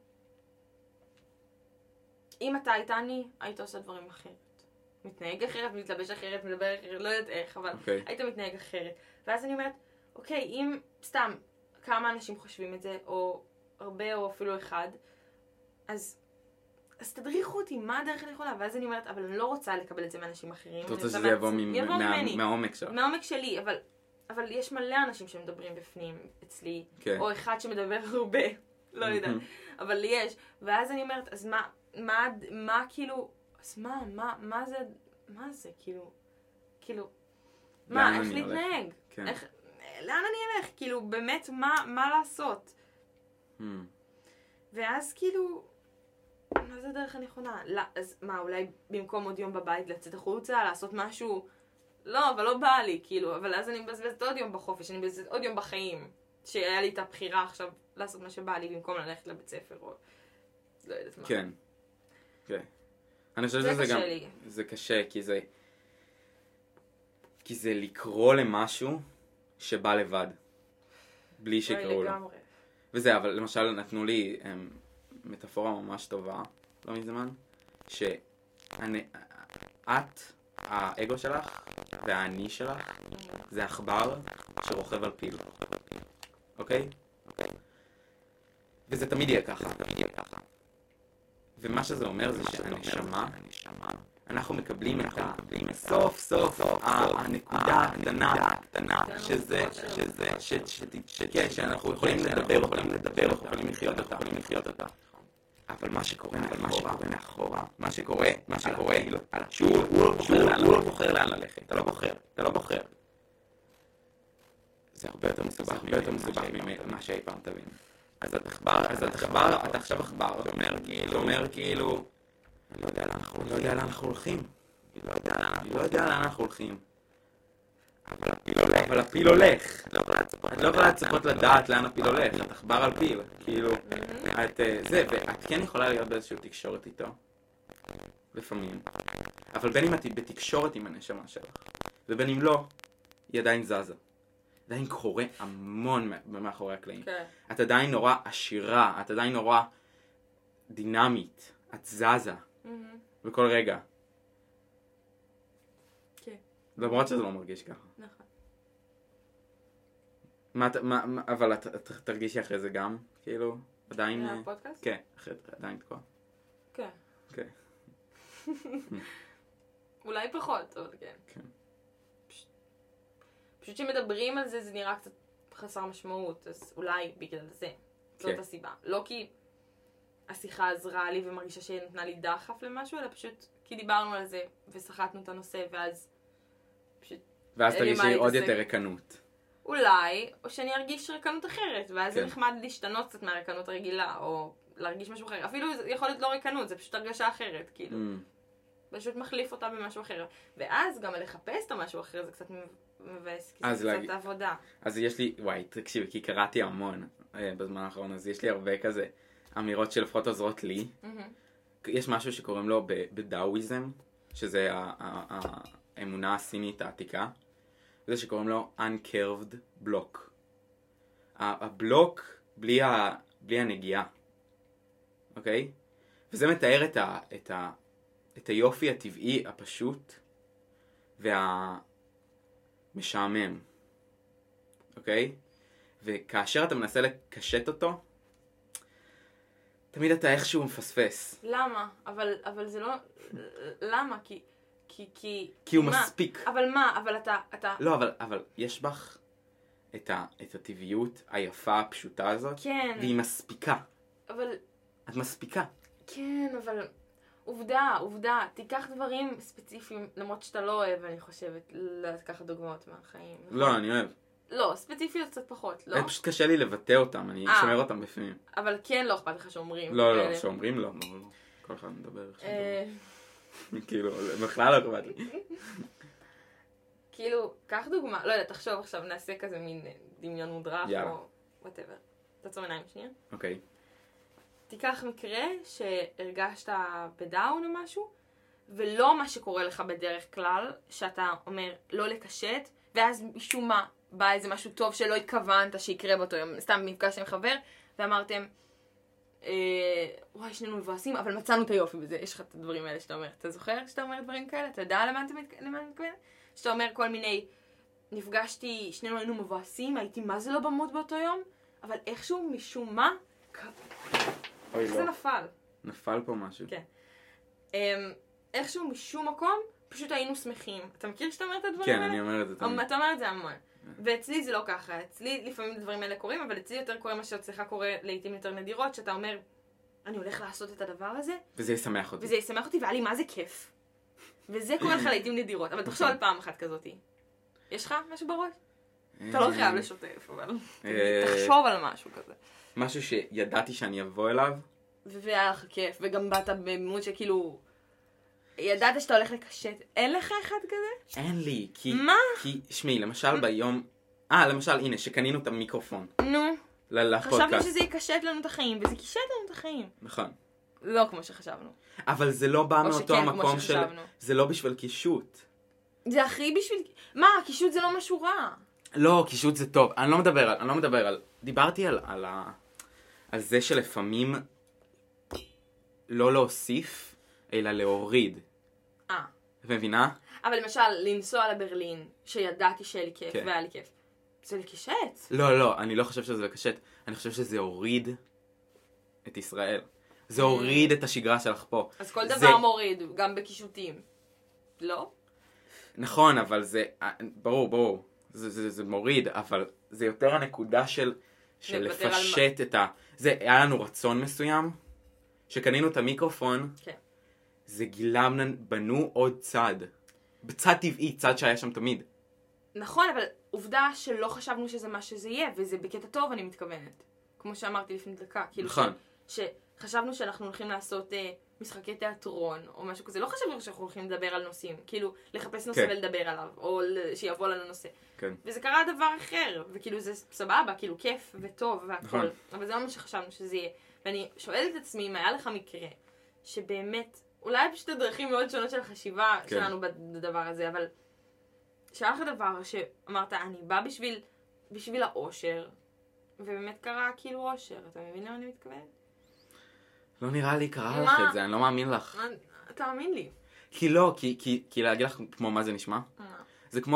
אם אתה היית אני, היית עושה דברים אחרת. מתנהג אחרת, מתלבש אחרת, מדבר אחרת, לא יודעת איך, אבל היית מתנהג אחרת. ואז אני אומרת, אוקיי, אם סתם כמה אנשים חושבים את זה, או הרבה או אפילו אחד, אז תדריכו אותי מה הדרך הנכונה, ואז אני אומרת, אבל אני לא רוצה לקבל את זה מאנשים אחרים. אתה רוצה שזה יבוא מהעומק שלך. מהעומק שלי, אבל יש מלא אנשים שמדברים בפנים אצלי, או אחד שמדבר הרבה, לא יודעת, אבל יש, ואז אני אומרת, אז מה כאילו, אז מה זה, כאילו, מה, איך להתנהג? לאן אני אלך? כאילו, באמת, מה לעשות? ואז כאילו, מה זה הדרך הנכונה? אז מה, אולי במקום עוד יום בבית לצאת החוצה, לעשות משהו? לא, אבל לא בא לי, כאילו, אבל אז אני מבזבזת עוד יום בחופש, אני מבזבזת עוד יום בחיים, שהיה לי את הבחירה עכשיו לעשות מה שבא לי, במקום ללכת לבית ספר, או לא יודעת מה. כן. אני חושב שזה גם, זה קשה, כי זה לקרוא למשהו שבא לבד, בלי שיקראו לו. וזה, אבל למשל נתנו לי מטאפורה ממש טובה, לא מזמן, את, האגו שלך והאני שלך, זה עכבר שרוכב על פיל. אוקיי? וזה תמיד יהיה ככה. ומה שזה אומר זה שהנשמה, אנחנו מקבלים את סוף הנקודה הקטנה, שאנחנו יכולים לדבר, יכולים לחיות אותה. אבל מה שקורה מאחורה, מה שקורה, הוא לא בוחר לאן ללכת, אתה לא בוחר. זה הרבה יותר מסובך ממה שאי פעם תבין. אז אתה עכשיו עכבר, ואומר כאילו, אני לא יודע לאן אנחנו הולכים. אבל הפיל הולך. את לא יכולה לצפות לדעת לאן הפיל הולך, את עכבר על פיל. כאילו, ואת כן יכולה להיות באיזושהי תקשורת איתו. לפעמים. אבל בין אם את בתקשורת עם הנשמה שלך, ובין אם לא, היא עדיין זזה. עדיין קורה המון מאחורי הקלעים. את עדיין נורא עשירה, את עדיין נורא דינמית. את זזה. בכל רגע. כן. למרות שזה לא מרגיש ככה. נכון. אבל את תרגישי אחרי זה גם, כאילו, עדיין... הפודקאסט? כן, עדיין תקוע. כן. כן. אולי פחות, אבל כן. כן. פשוט שמדברים על זה, זה נראה קצת חסר משמעות, אז אולי בגלל זה. זאת הסיבה. לא כי השיחה עזרה לי ומרגישה שהיא נתנה לי דחף למשהו, אלא פשוט כי דיברנו על זה ושחטנו את הנושא, ואז פשוט... ואז תרגישי עוד יותר רקנות. אולי, או שאני ארגיש רקנות אחרת, ואז זה נחמד להשתנות קצת מהרקנות הרגילה, או להרגיש משהו אחר. אפילו זה יכול להיות לא רקנות, זה פשוט הרגשה אחרת, כאילו. פשוט מחליף אותה במשהו אחר. ואז גם לחפש את המשהו אחר זה קצת מבאס, כי זה קצת עבודה. אז יש לי, וואי, תקשיבי, כי קראתי המון בזמן האחרון, אז יש לי הרבה כזה אמירות שלפחות עוזרות לי. יש משהו שקוראים לו בדאוויזם, שזה האמונה הסינית העתיקה. זה שקוראים לו uncurved block. הבלוק בלי הנגיעה. אוקיי? וזה מתאר את היופי הטבעי הפשוט והמשעמם. אוקיי? וכאשר אתה מנסה לקשט אותו, תמיד אתה איכשהו מפספס. למה? אבל זה לא... למה? כי הוא מספיק. אבל מה? אבל אתה... לא, אבל יש בך את הטבעיות היפה הפשוטה הזאת. כן. והיא מספיקה. אבל... את מספיקה. כן, אבל... עובדה. תיקח דברים ספציפיים, למרות שאתה לא אוהב, אני חושבת, לקחת דוגמאות מהחיים. לא, אני אוהב. לא, ספציפיות קצת פחות, לא? פשוט קשה לי לבטא אותם, אני שומר אותם בפנים. אבל כן לא אכפת לך שאומרים. לא, שאומרים לא. כל אחד מדבר. כאילו, בכלל לא אכפת לי. כאילו, קח דוגמה, לא יודע, תחשוב עכשיו, נעשה כזה מין דמיון מודרך או whatever. תעצום עיניים שנייה. אוקיי. תיקח מקרה שהרגשת בדאון או משהו, ולא מה שקורה לך בדרך כלל, שאתה אומר לא לקשט, ואז משום מה בא איזה משהו טוב שלא התכוונת שיקרה באותו יום. סתם מפגש עם חבר, ואמרתם, וואי, שנינו מבואסים, אבל מצאנו את היופי בזה. יש לך את הדברים האלה שאתה אומר. אתה זוכר שאתה אומר דברים כאלה? אתה יודע למה אני מתכוון? שאתה אומר כל מיני, נפגשתי, שנינו היינו מבואסים, הייתי מה זה לא במות באותו יום, אבל איכשהו משום מה, איך זה נפל? נפל פה משהו. כן. איכשהו משום מקום, פשוט היינו שמחים. אתה מכיר שאתה אומר את הדברים כן, האלה? אני אומר את זה תמיד. אתה אומר את זה המון. ואצלי זה לא ככה. אצלי לפעמים הדברים האלה קורים, אבל אצלי יותר קורה מה שאצלך קורה לעתים יותר נדירות, שאתה אומר, אני הולך לעשות את הדבר הזה. וזה ישמח אותי. וזה ישמח אותי, והיה לי מה זה כיף. וזה קורה לך לעתים נדירות. אבל תחשוב על פעם אחת כזאתי. יש לך משהו בראש? אתה לא חייב לשותף, אבל תחשוב על משהו כזה. משהו שידעתי שאני אבוא אליו. והיה לך כיף, וגם באת במות שכאילו... ידעת שאתה הולך לקשט. אין לך אחד כזה? אין לי, כי... מה? כי, שמי, למשל ביום... למשל, הנה, שקנינו את המיקרופון. נו. לפודקאסט. חשבנו שזה יקשט לנו את החיים, וזה קישט לנו את החיים. נכון. לא כמו שחשבנו. אבל זה לא בא מאותו המקום של... שחשבנו. זה לא בשביל קישוט. זה הכי בשביל... מה? קישוט זה לא משהו רע. לא, קישוט זה טוב. אני לא מדבר על... דיברתי על זה שלפעמים לא להוסיף, אלא להוריד. מבינה? אבל למשל, לנסוע לברלין, שידעתי שיהיה לי כיף, והיה לי כיף. זה לקשט? לא, אני לא חושב שזה לקשט. אני חושב שזה הוריד את ישראל. זה הוריד את השגרה שלך פה. אז כל דבר מוריד, גם בקישוטים. לא? נכון, אבל זה... ברור. זה מוריד, אבל זה יותר הנקודה של לפשט את ה... היה לנו רצון מסוים, שקנינו את המיקרופון, כן. זה בנו עוד צד. בצד טבעי, צד שהיה שם תמיד. נכון, אבל עובדה שלא חשבנו שזה מה שזה יהיה, וזה בקטע טוב אני מתכוונת. כמו שאמרתי לפני דקה. נכון. שחשבנו שאנחנו הולכים לעשות משחקי תיאטרון, או משהו כזה. לא חשבנו שאנחנו הולכים לדבר על נושאים. כאילו, לחפש נושא ולדבר עליו, או שיבוא לנו נושא. כן. וזה קרה דבר אחר, וכאילו זה סבבה, כאילו כיף וטוב והכל. אבל זה לא מה שחשבנו שזה יהיה. ואני שואלת את עצמי אם היה לך מקרה, שבאמת, אולי פשוט הדרכים מאוד שונות של החשיבה שלנו בדבר הזה, אבל שהיה לך דבר שאמרת, אני בא בשביל האושר, ובאמת קרה כאילו אושר. אתה מבין למה אני מתכוונת? לא נראה לי קרה לך את זה, אני לא מאמין לך. אתה מאמין לי. כי לא, כי להגיד לך כמו מה זה נשמע? זה כמו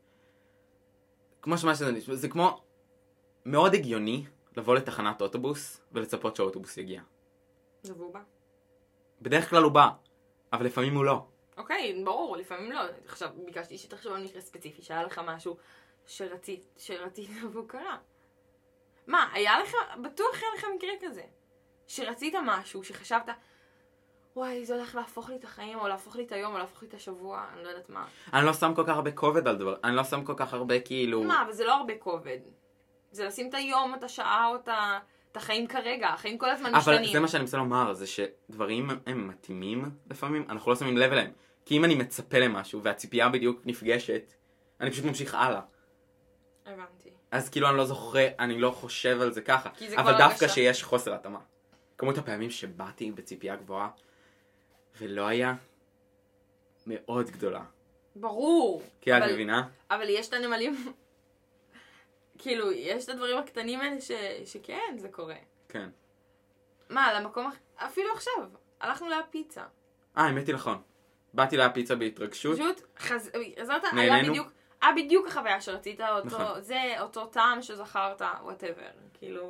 מה שזה נשמע, זה כמו מאוד הגיוני לבוא לתחנת אוטובוס ולצפות שהאוטובוס יגיע. והוא בא. בדרך כלל הוא בא, אבל לפעמים הוא לא. אוקיי, ברור, לפעמים לא. עכשיו, ביקשתי שתחשוב על מקרה ספציפי, שהיה לך משהו שרצית והוא קרה. מה, היה לך, בטוח היה לך מקרה כזה. שרצית משהו, שחשבת, וואי, זה הולך להפוך לי את החיים, או להפוך לי את היום, או להפוך לי את השבוע, אני לא יודעת מה. אני לא שם כל כך הרבה כובד על דבר, אני לא שם כל כך הרבה כאילו... מה, אבל זה לא הרבה כובד. זה לשים את היום, את השעה, או את החיים כרגע, החיים כל הזמן משתנים. אבל זה מה שאני מנסה לומר, זה שדברים הם מתאימים לפעמים, אנחנו לא שמים לב אליהם. כי אם אני מצפה למשהו, והציפייה בדיוק נפגשת, אני פשוט ממשיך הלאה. הבנתי. אז כאילו אני לא זוכר, אני לא חושב על זה ככה. אבל דווקא שיש חוסר התאמה. כמות הפעמים שבאתי בציפייה גבוהה, ולא היה מאוד גדולה. ברור. כי את מבינה? אבל יש את הנמלים, כאילו, יש את הדברים הקטנים האלה שכן, זה קורה. כן. מה, למקום, אפילו עכשיו, הלכנו להפיצה. האמת היא נכון. באתי להפיצה בהתרגשות. פשוט, חזרת, היה בדיוק החוויה שרצית, אותו טעם שזכרת, whatever, כאילו.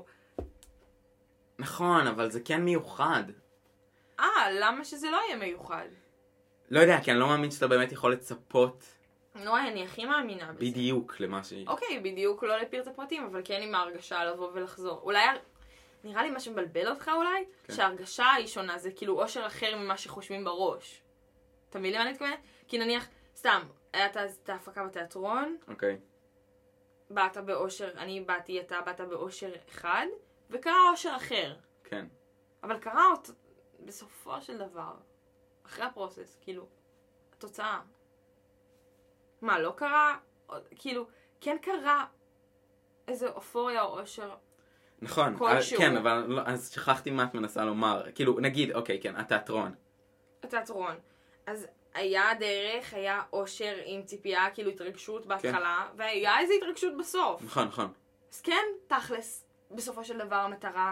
נכון, אבל זה כן מיוחד. למה שזה לא יהיה מיוחד? לא יודע, כי אני לא מאמין שאתה באמת יכול לצפות. לא, אני הכי מאמינה בזה. בדיוק למה שהיא. אוקיי, בדיוק לא לפרט הפרטים, אבל כן עם ההרגשה לבוא ולחזור. אולי, נראה לי מה שמבלבל אותך אולי, שההרגשה היא שונה, זה כאילו אושר אחר ממה שחושבים בראש. אתה מבין למה אני מתכוונת? כי נניח, סתם, הייתה את ההפקה בתיאטרון. אוקיי. באת באושר, אני באתי, אתה באת באושר אחד, וקרה אושר אחר. כן. אבל קרה אותו בסופו של דבר, אחרי הפרוסס, כאילו, התוצאה. מה, לא קרה? כאילו, כן קרה איזה אופוריה או אושר. נכון, כן, אבל אז שכחתי מה את מנסה לומר. כאילו, נגיד, אוקיי, כן, התיאטרון. התיאטרון. אז היה דרך, היה אושר עם ציפייה, כאילו התרגשות בהתחלה, והיה איזו התרגשות בסוף. נכון, נכון. אז כן, תכלס, בסופו של דבר המטרה,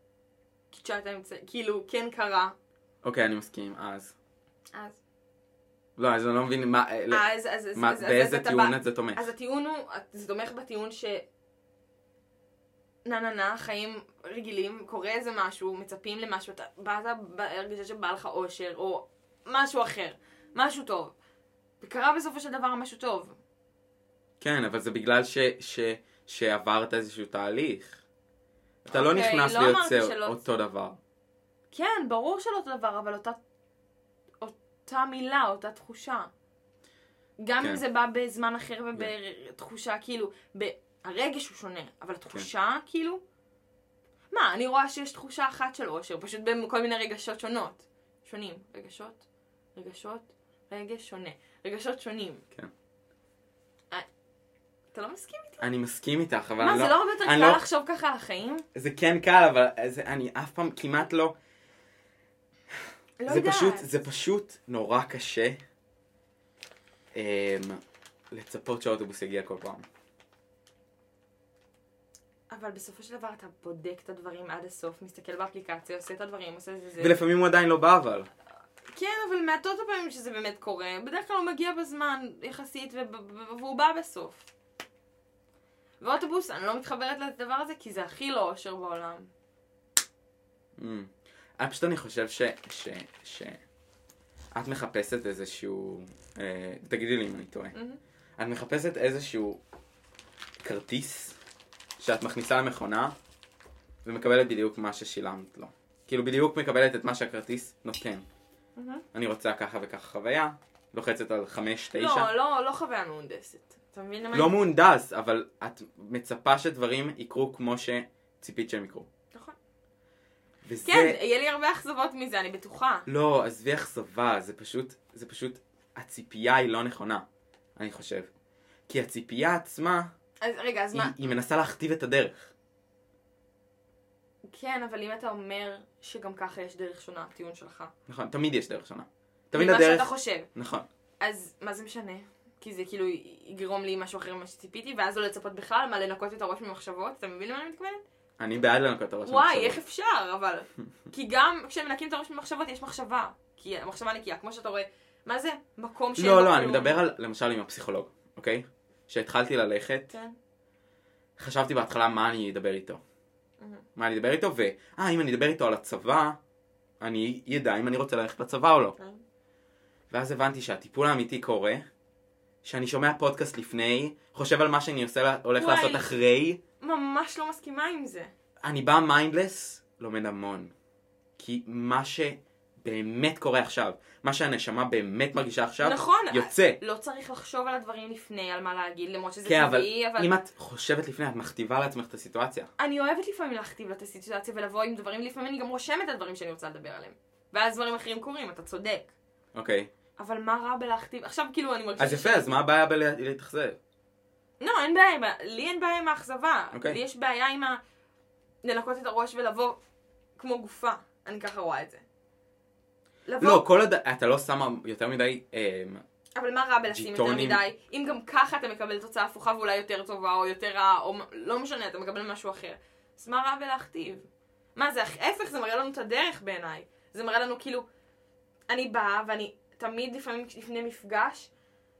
כאילו, כן קרה. אוקיי, אני מסכים, אז. לא, אז אני לא מבין באיזה טיעון זה תומך. אז הטיעון הוא, זה תומך בטיעון חיים רגילים, קורה איזה משהו, מצפים למשהו, אתה באת בהרגשה שבא לך אושר, או משהו אחר, משהו טוב. וקרה בסופו של דבר משהו טוב. כן, אבל זה בגלל שעברת איזשהו תהליך. אתה לא נכנס ויוצר אותו דבר. כן, ברור שלא אותו דבר, אבל אותה מילה, אותה תחושה. גם אם זה בא בזמן אחר ובתחושה, כאילו, הרגש הוא שונה, אבל התחושה, כאילו... מה, אני רואה שיש תחושה אחת של אושר, פשוט בכל מיני רגשות שונים. רגש שונה. רגשות שונים. כן. אתה לא מסכים איתי? אני מסכים איתך, אבל מה, זה לא הרבה יותר קל לחשוב ככה על החיים? זה כן קל, אבל אני אף פעם כמעט לא... זה פשוט נורא קשה לצפות שהאוטובוס יגיע כל פעם. אבל בסופו של דבר אתה בודק את הדברים עד הסוף, מסתכל באפליקציה, עושה את הדברים, עושה זה. ולפעמים הוא עדיין לא בא, אבל. כן, אבל מעטות הפעמים שזה באמת קורה, בדרך כלל הוא מגיע בזמן יחסית והוא בא בסוף. ואוטובוס, אני לא מתחברת לדבר הזה כי זה הכי לא אושר בעולם. פשוט אני חושב את מחפשת איזשהו, תגידי לי אם אני טועה, את מחפשת איזשהו כרטיס שאת מכניסה למכונה ומקבלת בדיוק מה ששילמת לו. כאילו בדיוק מקבלת את מה שהכרטיס נותן. אני רוצה ככה וככה חוויה, לוחצת על 5-9. לא חוויה מהונדסת. אתה מבין למה? לא מהונדס, אבל את מצפה שדברים יקרו כמו שציפית שהם יקרו. נכון. וזה... כן, יהיה לי הרבה אכזבות מזה, אני בטוחה. לא, עזבי אכזבה, זה פשוט, הציפייה היא לא נכונה, אני חושב. כי הציפייה עצמה, אז רגע, אז מה? היא מנסה להכתיב את הדרך. כן, אבל אם אתה אומר שגם ככה יש דרך שונה, הטיעון שלך. נכון, תמיד יש דרך שונה. תמיד ממה הדרך... שאתה חושב. נכון. אז מה זה משנה? כי זה כאילו יגרום לי משהו אחר ממה שציפיתי, ואז לא לצפות בכלל, מה לנקות את הראש ממחשבות? אתה מבין למה אני מתכוונת? אני בעד לנקות את הראש וואי, ממחשבות. איך אפשר, אבל... כי גם כשמנקים את הראש ממחשבות יש מחשבה. כי המחשבה נקייה, כמו שאתה רואה, מה זה? מקום שאין לא, בו לא, אני כלום. מדבר על, למשל עם הפסיכולוג, אוקיי? כשהתחלתי ללכת, כן. חשבתי בהתחלה מה אני אדבר איתו. מה אני אדבר איתו, אם אני אדבר איתו על הצבא, אני ידע אם אני רוצה ללכת לצבא או לא. כן. ואז הבנתי שהטיפול האמיתי קורה, שאני שומע פודקאסט לפני, חושב על מה שאני הולך וואי. לעשות אחרי, ממש לא מסכימה עם זה. אני בא מיינדלס, לומד המון. כי מה שבאמת קורה עכשיו, מה שהנשמה באמת מרגישה עכשיו, נכון. יוצא. לא צריך לחשוב על הדברים לפני, על מה להגיד, למרות שזה כן, טבעי, אבל... אם את חושבת לפני, את מכתיבה לעצמך את הסיטואציה. אני אוהבת לפעמים להכתיב לה את הסיטואציה ולבוא עם דברים, לפעמים אני גם רושמת את הדברים שאני רוצה לדבר עליהם. ואז דברים אחרים קורים, אתה צודק. אוקיי. אבל מה רע בלהכתיב? עכשיו כאילו אני מרגישה... אז יפה, אז מה הבעיה בלהתאכזב? לא, אין בעיה, לי אין בעיה עם האכזבה. אוקיי. לי יש בעיה עם לנקות את הראש ולבוא כמו גופה. אני ככה רואה את זה. לבוא... לא, כל עוד אתה לא שמה יותר מדי... אבל מה רע בלשים יותר ג'יטונים. מדי? אם גם ככה אתה מקבל תוצאה הפוכה ואולי יותר טובה או יותר רעה, או לא משנה, אתה מקבל משהו אחר. אז מה רע בלהכתיב? מה זה? ההפך, זה מראה לנו את הדרך בעיניי. זה מראה לנו כאילו, אני באה ואני תמיד לפעמים לפני מפגש,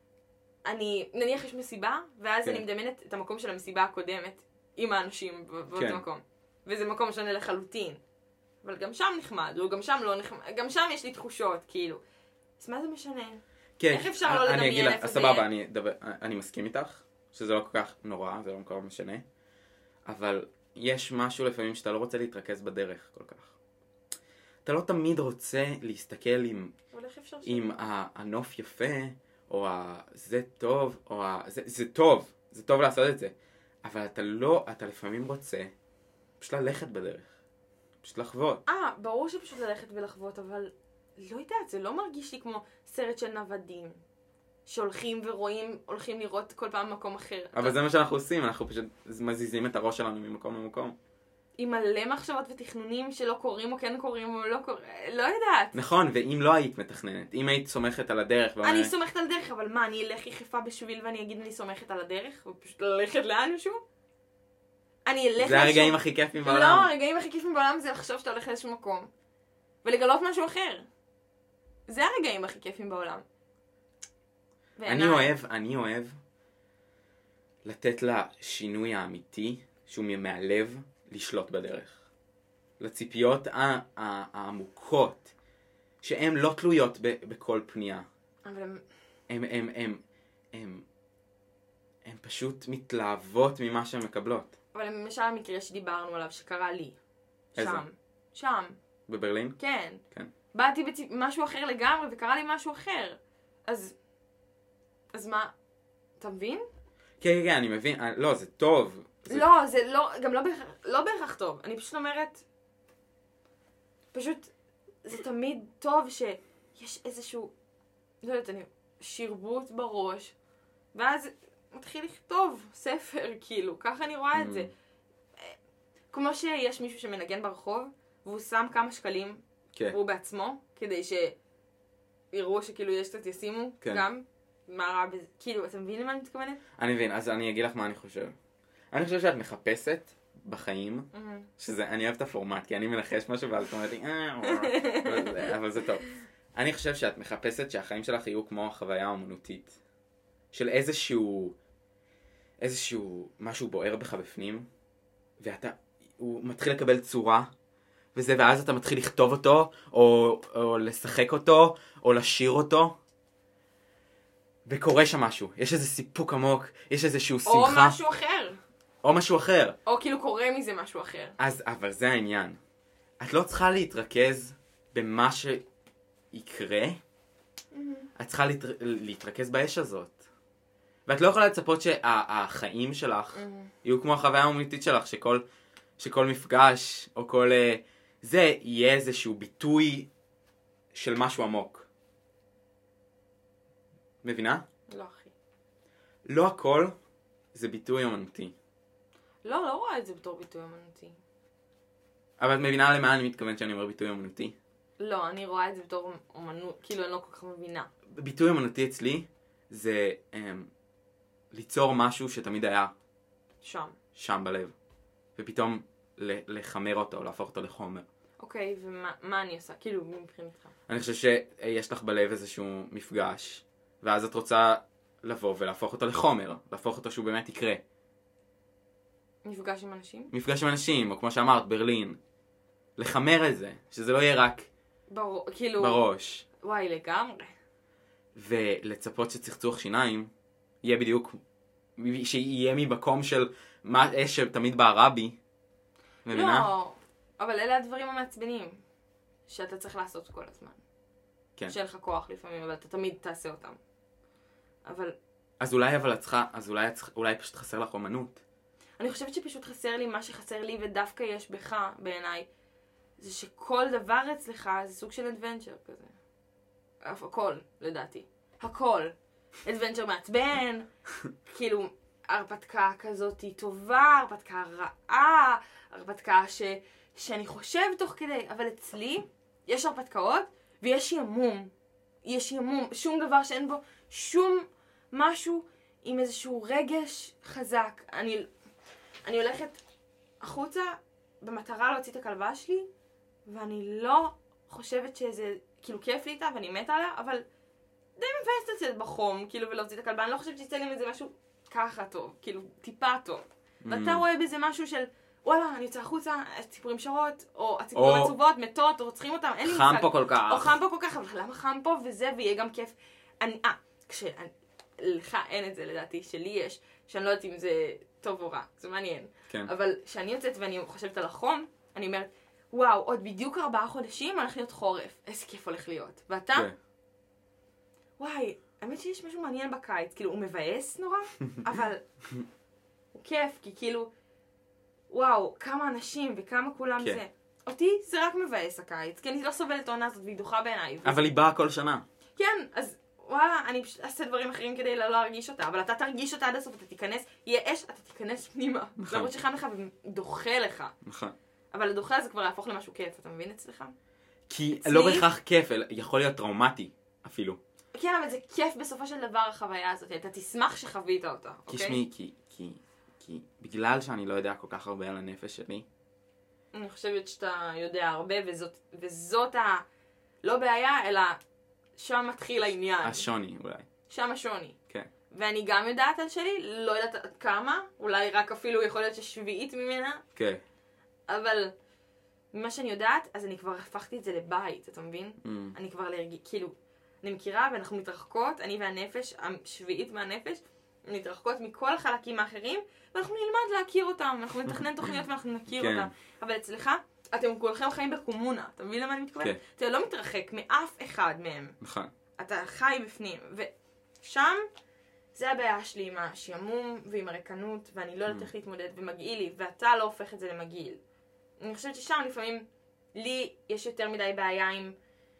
נניח יש מסיבה, ואז כן. אני מדמיינת את המקום של המסיבה הקודמת עם האנשים באותו כן. מקום. וזה מקום שונה לחלוטין. אבל גם שם נחמד, או גם שם לא נחמד, גם שם יש לי תחושות, כאילו. אז מה זה משנה? כן, איך אפשר לא לדמיין אני אגיד לך, איפה זה סבבה, יהיה? אני מסכים איתך, שזה לא כל כך נורא, זה לא כל כך משנה, אבל יש משהו לפעמים שאתה לא רוצה להתרכז בדרך כל כך. אתה לא תמיד רוצה להסתכל אבל איך אפשר אם הנוף יפה, או זה טוב, או זה טוב, זה טוב לעשות את זה, אבל אתה לפעמים רוצה פשוט ללכת בדרך, פשוט לחוות. ברור שפשוט ללכת ולחוות, אבל לא יודעת, זה לא מרגיש לי כמו סרט של נוודים. שהולכים ורואים, הולכים לראות כל פעם מקום אחר. אבל זה מה שאנחנו עושים, אנחנו פשוט מזיזים את הראש שלנו ממקום למקום. עם מלא מחשבות ותכנונים שלא קורים או כן קורים או לא קורים, לא יודעת. נכון, ואם לא היית מתכננת, אם היית סומכת על הדרך אני סומכת על דרך, אבל מה, אני אלך יחפה בשביל ואני אגיד אני סומכת על הדרך? ופשוט ללכת לאנשהו? אני אלך זה הרגעים הכי כיפים בעולם. לא, הרגעים הכי כיפים בעולם זה לחשוב שאתה הולך לאיזשהו מקום. ולגלות משהו אחר. זה הרגעים הכי כיפים בעולם. אני אוהב לתת לשינוי האמיתי, שהוא מהלב, לשלוט בדרך. לציפיות העמוקות, שהן לא תלויות בכל פנייה. אבל הן פשוט מתלהבות ממה שהן מקבלות. אבל למשל המקרה שדיברנו עליו, שקרה לי. איזה? שם. בברלין? כן. כן. באתי משהו אחר לגמרי וקרה לי משהו אחר. אז מה? אתה מבין? כן, אני מבין. לא, זה טוב. לא, זה לא, גם לא בהכרח טוב. אני פשוט אומרת, פשוט, זה תמיד טוב שיש איזשהו, לא יודעת, שרבוט בראש, ואז מתחיל לכתוב ספר, כאילו, ככה אני רואה את זה. כמו שיש מישהו שמנגן ברחוב, והוא שם כמה שקלים, והוא בעצמו, כדי שיראו שכאילו יש קצת ישימו, גם, מה רע בזה, כאילו, אתה מבין למה אני מתכוונת? אני מבין, אז אני אגיד לך מה אני חושב. אני חושב שאת מחפשת בחיים, שזה, אני אוהב את הפורמט, כי אני מנחש משהו ואז את אומרת לי, אבל זה טוב. אני חושב שאת מחפשת שהחיים שלך יהיו כמו החוויה האמנותית. של איזשהו משהו בוער בך בפנים, הוא מתחיל לקבל צורה, ואז אתה מתחיל לכתוב אותו, או לשחק אותו, או לשיר אותו. וקורה שם משהו, יש איזה סיפוק עמוק, יש איזשהו שמחה. או משהו אחר. או משהו אחר. או כאילו קורה מזה משהו אחר. אבל זה העניין. את לא צריכה להתרכז במה שיקרה, את צריכה להתרכז באש הזאת. ואת לא יכולה לצפות שהחיים שלך יהיו כמו החוויה האמנותית שלך, שכל מפגש, או כל זה יהיה איזשהו ביטוי של משהו עמוק. מבינה? לא, אחי. לא הכל זה ביטוי אומנותי. לא רואה את זה בתור ביטוי אומנותי. אבל את מבינה למה אני מתכוון שאני אומר ביטוי אומנותי? לא, אני רואה את זה בתור אומנות, כאילו אני לא כל כך מבינה. ביטוי אומנותי אצלי זה ליצור משהו שתמיד היה שם בלב. ופתאום לחמר אותו, להפוך אותו לחומר. אוקיי, ומה אני עושה? כאילו, מבחינתך? אני חושב שיש לך בלב איזשהו מפגש, ואז את רוצה לבוא ולהפוך אותו לחומר, להפוך אותו שהוא באמת יקרה. מפגש עם אנשים? מפגש עם אנשים, או כמו שאמרת, ברלין. לחמר את זה, שזה לא יהיה רק כאילו... בראש. וואי, לגמרי. ולצפות שצחצוח שיניים יהיה בדיוק, שיהיה ממקום של אש שתמיד בערה בי. מבינה? לא, אבל אלה הדברים המעצבנים שאתה צריך לעשות כל הזמן. כן. שאין לך כוח לפעמים, אבל אתה תמיד תעשה אותם. אבל... אז אולי פשוט חסר לך אומנות. אני חושבת שפשוט חסר לי מה שחסר לי, ודווקא יש בך, בעיניי, זה שכל דבר אצלך זה סוג של אדוונצ'ר כזה. הכל, לדעתי. הכל. אדוונצ'ר מעצבן, כאילו, הרפתקה כזאת היא טובה, הרפתקה רעה, הרפתקה שאני חושב תוך כדי, אבל אצלי יש הרפתקאות ויש ימום. יש ימום, שום דבר שאין בו שום משהו עם איזשהו רגש חזק. אני הולכת החוצה במטרה להוציא את הכלבה שלי, ואני לא חושבת שזה, כאילו כיף לי איתה ואני מתה עליה, אבל די מבאסת לצאת בחום, כאילו, ולהוציא את הכלבה. אני לא חושבת שיצא לי מזה משהו ככה טוב, כאילו, טיפה טוב. ואתה רואה בזה משהו של, וואלה, אני יוצא החוצה, ציפורים שרות, או הציפורים עצובות, מתות, רוצחים אותם, אין לי מושג. חם פה כל כך. או חם פה כל כך, אבל למה חם פה וזה, ויהיה גם כיף. לך אין את זה לדעתי, שלי יש, שאני לא יודעת אם זה טוב או רע, זה מעניין. כן. אבל כשאני יוצאת ואני חושבת על החום, אני אומרת, וואו, עוד בדיוק 4 חודשים הולך להיות חורף, איזה כיף הולך להיות. ואתה? כן. וואי, האמת שיש משהו מעניין בקיץ, כאילו הוא מבאס נורא, אבל הוא כיף, כי כאילו, וואו, כמה אנשים וכמה כולם כן. זה. אותי זה רק מבאס הקיץ, כי אני לא סובלת את העונה הזאת והיא דוחה בעיניי. אבל היא באה כל שנה. כן, אז וואלה, אני פשוט אעשה דברים אחרים כדי לא להרגיש אותה, אבל אתה תרגיש אותה עד הסוף, אתה תיכנס, יהיה אש, אתה תיכנס פנימה. נכון. למרות שחם לך ודוחה לך. נכון. אבל הדוחה זה כבר יהפוך למשהו כיף, אתה מבין אצלך? כי לא בהכרח כיף, אלא יכול להיות טראומטי אפילו. כן, אבל זה כיף בסופו של דבר החוויה הזאת, אתה תשמח שחווית אותה, אוקיי? תשמעי, כי בגלל שאני לא יודע כל כך הרבה על הנפש שלי. אני חושבת שאתה יודע הרבה, וזאת לא בעיה, אלא שם מתחיל העניין. השוני אולי. שם השוני. כן. ואני גם יודעת על שלי, לא יודעת עד כמה, אולי רק אפילו יכול להיות ששביעית ממנה. כן. אבל ממה שאני יודעת, אז אני כבר הפכתי את זה לבית, אתה מבין? אני כבר כאילו, אני מכירה ואנחנו מתרחקות, אני והנפש, השביעית מהנפש, מתרחקות מכל החלקים האחרים, ואנחנו נלמד להכיר אותם, אנחנו נתכנן תוכניות ואנחנו נכיר כן. אותם. אבל אצלך, אתם כולכם חיים בקומונה, אתה מבין למה אני מתכוונת? כן. אתה לא מתרחק מאף אחד מהם. נכון. אתה חי בפנים, ושם זה הבעיה שלי עם השעמום ועם הריקנות, ואני לא יודעת איך להתמודד, ומגעיל לי, ואתה לא הופך את זה למגעיל. אני חושבת ששם לפעמים לי יש יותר מדי בעיה עם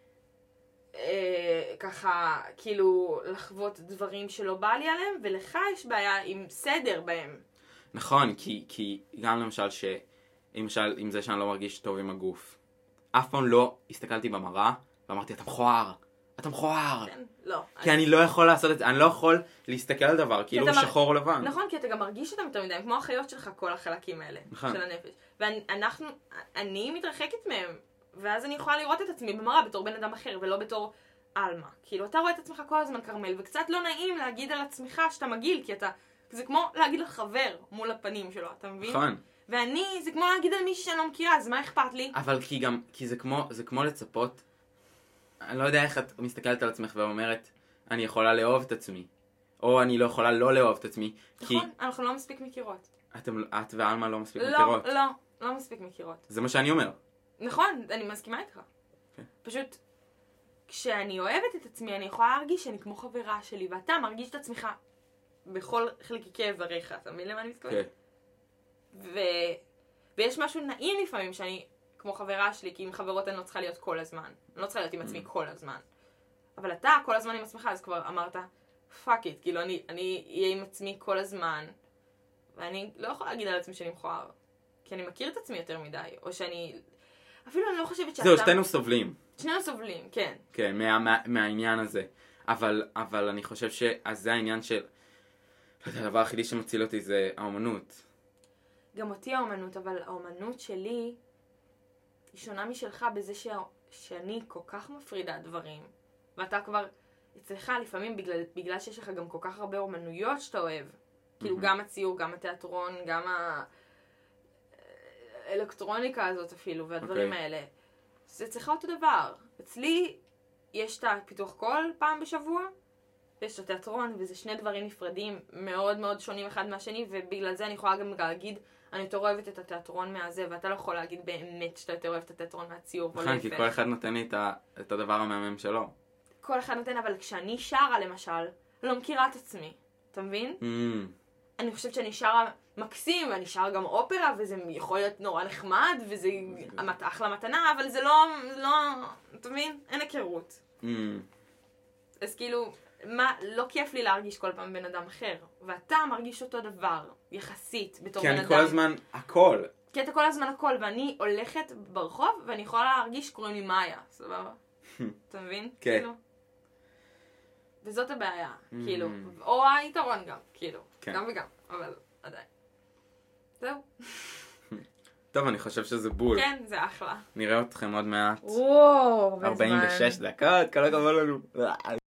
ככה כאילו לחוות דברים שלא בא לי עליהם, ולך יש בעיה עם סדר בהם. נכון, כי גם למשל עם זה שאני לא מרגיש טוב עם הגוף. אף פעם לא הסתכלתי במראה ואמרתי, אתה מכוער. אתה מכוער. כן, לא. כי אני לא יכול לעשות את זה, אני לא יכול להסתכל על דבר, כאילו שחור או לבן. נכון, כי אתה גם מרגיש אותם יותר מדי, כמו החיות שלך, כל החלקים האלה, נכון. של הנפש. ואני מתרחקת מהם, ואז אני יכולה לראות את עצמי במראה בתור בן אדם אחר, ולא בתור אלמה. כאילו, אתה רואה את עצמך כל הזמן קרמל, וקצת לא נעים להגיד על עצמך שאתה מגעיל, כי זה כמו להגיד לחבר מול הפנים שלו, אתה מבין? נכון. ואני, זה כמו להגיד על מישהו שאני לא מכירה, אז מה אכפת לי? אבל כי זה כמו לצפות, אני לא יודע איך את מסתכלת על עצמך ואומרת, אני יכולה לאהוב את עצמי, או אני לא יכולה לא לאהוב את עצמי, נכון, אנחנו לא מספיק מכירות. את ואלמה לא מספיק מכירות. לא מספיק מכירות. זה מה שאני אומר. נכון, אני מסכימה איתך. פשוט, כשאני אוהבת את עצמי, אני יכולה להרגיש שאני כמו חברה שלי, ואתה מרגיש את עצמך בכל חלקיקי איבריך, אתה מבין למה אני מתכוונת? ויש משהו נעים לפעמים שאני כמו חברה שלי, כי עם חברות אני לא צריכה להיות כל הזמן. אני לא צריכה להיות עם עצמי כל הזמן. אבל אתה כל הזמן עם עצמך, אז כבר אמרת, פאק איט, כאילו אני אהיה עם עצמי כל הזמן, ואני לא יכולה להגיד על עצמי שאני מכוער, כי אני מכיר את עצמי יותר מדי, או שאני... אפילו אני לא חושבת שאתה... זהו, שתינו סובלים. שנינו סובלים, כן. כן, מהעניין הזה. אבל אני חושב אז זה העניין של... לא יודע, הדבר היחידי שמציל אותי זה האומנות. גם אותי האומנות, אבל האומנות שלי היא שונה משלך בזה שאני כל כך מפרידה דברים. ואתה כבר, אצלך לפעמים בגלל שיש לך גם כל כך הרבה אומנויות שאתה אוהב. כאילו גם הציור, גם התיאטרון, גם האלקטרוניקה הזאת אפילו, והדברים האלה. זה צריכה אותו דבר. אצלי יש את הפיתוח קול פעם בשבוע, ויש את התיאטרון, וזה שני דברים נפרדים מאוד מאוד שונים אחד מהשני, ובגלל זה אני יכולה גם להגיד, אני יותר אוהבת את התיאטרון מהזה, ואתה לא יכול להגיד באמת שאתה יותר אוהבת את התיאטרון מהציור, או להפך. כי כל אחד נותן לי את הדבר המהמם שלו. כל אחד נותן, אבל כשאני שרה למשל, לא מכירה את עצמי. אתה מבין? אני חושבת שאני שרה מקסים, ואני שרה גם אופרה, וזה יכול להיות נורא נחמד, וזה אחלה מתנה, אבל זה לא, אתה מבין? אין הכרות. אז כאילו, לא כיף לי להרגיש כל פעם בן אדם אחר, ואתה מרגיש אותו דבר, יחסית, בתור בן אדם. כי אני כל הזמן הכל. כי אתה כל הזמן הכל, ואני הולכת ברחוב, ואני יכולה להרגיש שקוראים לי מאיה, סבבה? אתה מבין? כן. וזאת הבעיה, כאילו. או היתרון גם, כאילו. גם וגם, אבל עדיין. זהו. טוב, אני חושב שזה בול. כן, זה אחלה. נראה אתכם עוד מעט. וואו, הרבה זמן. 46 דקות, כל הכבוד לנו.